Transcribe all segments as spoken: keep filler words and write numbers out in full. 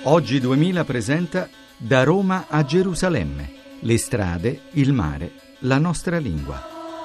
Oggi duemila presenta Da Roma a Gerusalemme. Le strade, il mare, la nostra lingua.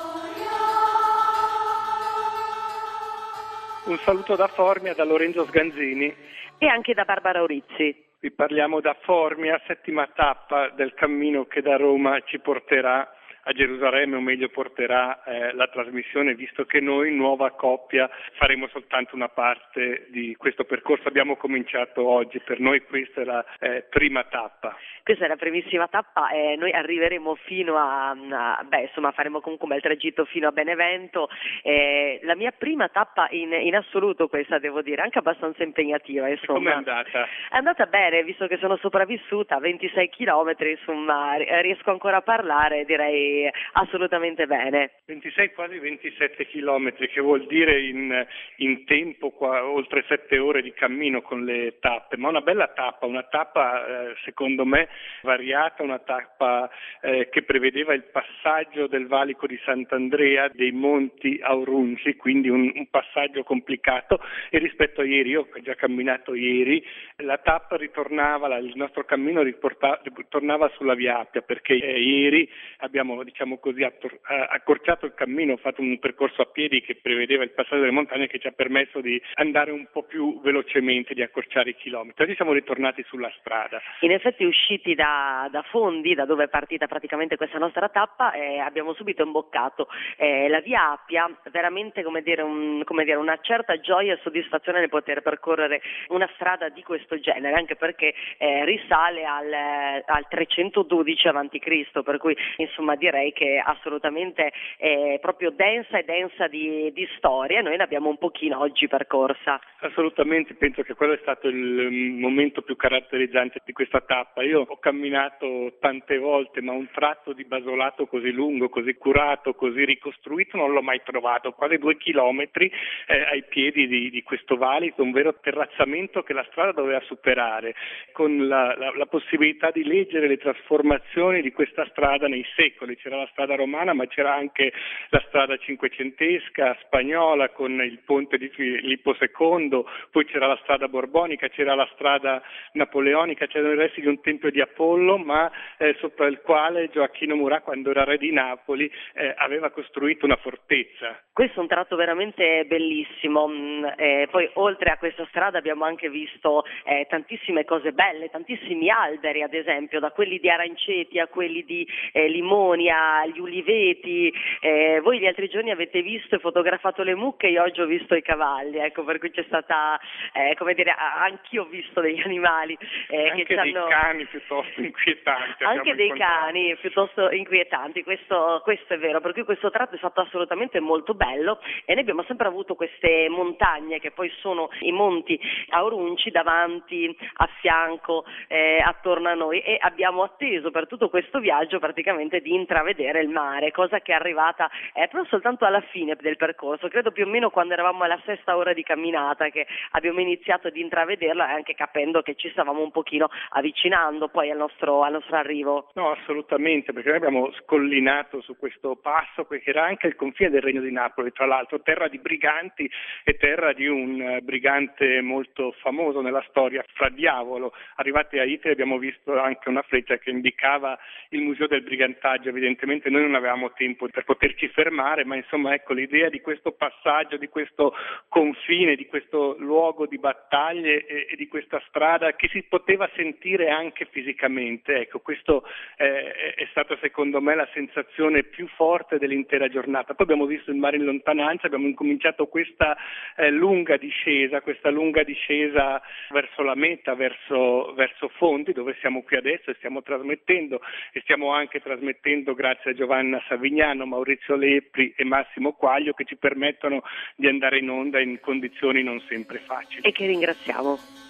Un saluto da Formia, da Lorenzo Sganzini. E anche da Barbara Orizzi. Vi parliamo da Formia, settima tappa del cammino che da Roma ci porterà a Gerusalemme, o meglio porterà eh, la trasmissione, visto che noi, nuova coppia, faremo soltanto una parte di questo percorso. Abbiamo cominciato oggi, per noi questa è la eh, prima tappa. Questa è la primissima tappa e noi arriveremo fino a, a beh insomma faremo comunque un bel tragitto fino a Benevento. Eh, la mia prima tappa in, in assoluto questa, devo dire, anche abbastanza impegnativa, insomma. Come è andata? È andata bene, visto che sono sopravvissuta, ventisei chilometri, insomma riesco ancora a parlare, direi assolutamente bene. ventisei, quasi ventisette chilometri, che vuol dire in, in tempo qua, oltre sette ore di cammino con le tappe, ma una bella tappa, una tappa eh, secondo me variata, una tappa eh, che prevedeva il passaggio del valico di Sant'Andrea, dei monti Aurunci, quindi un, un passaggio complicato, e rispetto a ieri, io ho già camminato ieri, la tappa ritornava, il nostro cammino riporta, ritornava sulla Via Appia, perché eh, ieri abbiamo, diciamo così, accorciato il cammino, ho fatto un percorso a piedi che prevedeva il passaggio delle montagne, che ci ha permesso di andare un po' più velocemente, di accorciare i chilometri. Oggi siamo ritornati sulla strada. In effetti, usciti da, da Fondi, da dove è partita praticamente questa nostra tappa, eh, abbiamo subito imboccato eh, la Via Appia, veramente come dire, un, come dire una certa gioia e soddisfazione nel poter percorrere una strada di questo genere, anche perché eh, risale al, al trecentododici avanti Cristo, per cui insomma direi che assolutamente è proprio densa e densa di, di storia. Noi ne abbiamo un pochino oggi percorsa. Assolutamente, penso che quello è stato il momento più caratterizzante di questa tappa. Io ho camminato tante volte, ma un tratto di basolato così lungo, così curato, così ricostruito non l'ho mai trovato. Quasi due chilometri eh, ai piedi di, di questo valico, un vero terrazzamento che la strada doveva superare, con la, la, la possibilità di leggere le trasformazioni di questa strada nei secoli. C'era la strada romana, ma c'era anche la strada cinquecentesca, spagnola, con il ponte di Filippo secondo, poi c'era la strada borbonica, c'era la strada napoleonica, c'erano i resti di un tempio di Apollo, ma eh, sopra il quale Gioacchino Murat, quando era re di Napoli, eh, aveva costruito una fortezza. Questo è un tratto veramente bellissimo. Eh, poi oltre a questa strada abbiamo anche visto eh, tantissime cose belle, tantissimi alberi, ad esempio, da quelli di aranceti a quelli di eh, limoni, agli uliveti. Eh, voi gli altri giorni avete visto e fotografato le mucche, io oggi ho visto i cavalli, ecco, per cui c'è stata, eh, come dire, anch'io ho visto degli animali. Eh, anche che dei hanno... cani piuttosto inquietanti. Anche dei incontrato. cani piuttosto inquietanti, questo, questo è vero, per cui questo tratto è stato assolutamente molto bello, e noi abbiamo sempre avuto queste montagne che poi sono i monti Aurunci davanti, a fianco, eh, attorno a noi, e abbiamo atteso per tutto questo viaggio praticamente di intravedere il mare, cosa che è arrivata eh, però soltanto alla fine del percorso, credo più o meno quando eravamo alla sesta ora di camminata che abbiamo iniziato ad intravederla, anche capendo che ci stavamo un pochino avvicinando poi al nostro, al nostro arrivo. No, assolutamente, perché noi abbiamo scollinato su questo passo che era anche il confine del Regno di Napoli, tra l'altro terra di briganti e terra di un uh, brigante molto famoso nella storia, Fra Diavolo. Arrivati a Itri abbiamo visto anche una freccia che indicava il museo del brigantaggio. Evidentemente noi non avevamo tempo per poterci fermare, ma insomma ecco l'idea di questo passaggio, di questo confine, di questo luogo di battaglie e, e di questa strada che si poteva sentire anche fisicamente. Ecco, questo eh, è stata secondo me la sensazione più forte dell'intera giornata. Poi abbiamo visto il mare in lontananza, abbiamo incominciato questa eh, lunga discesa, questa lunga discesa verso la meta, verso, verso Fondi, dove siamo qui adesso e stiamo trasmettendo, e stiamo anche trasmettendo grazie a Giovanna Savignano, Maurizio Lepri e Massimo Quaglio, che ci permettono di andare in onda in condizioni non sempre facili. E che ringraziamo.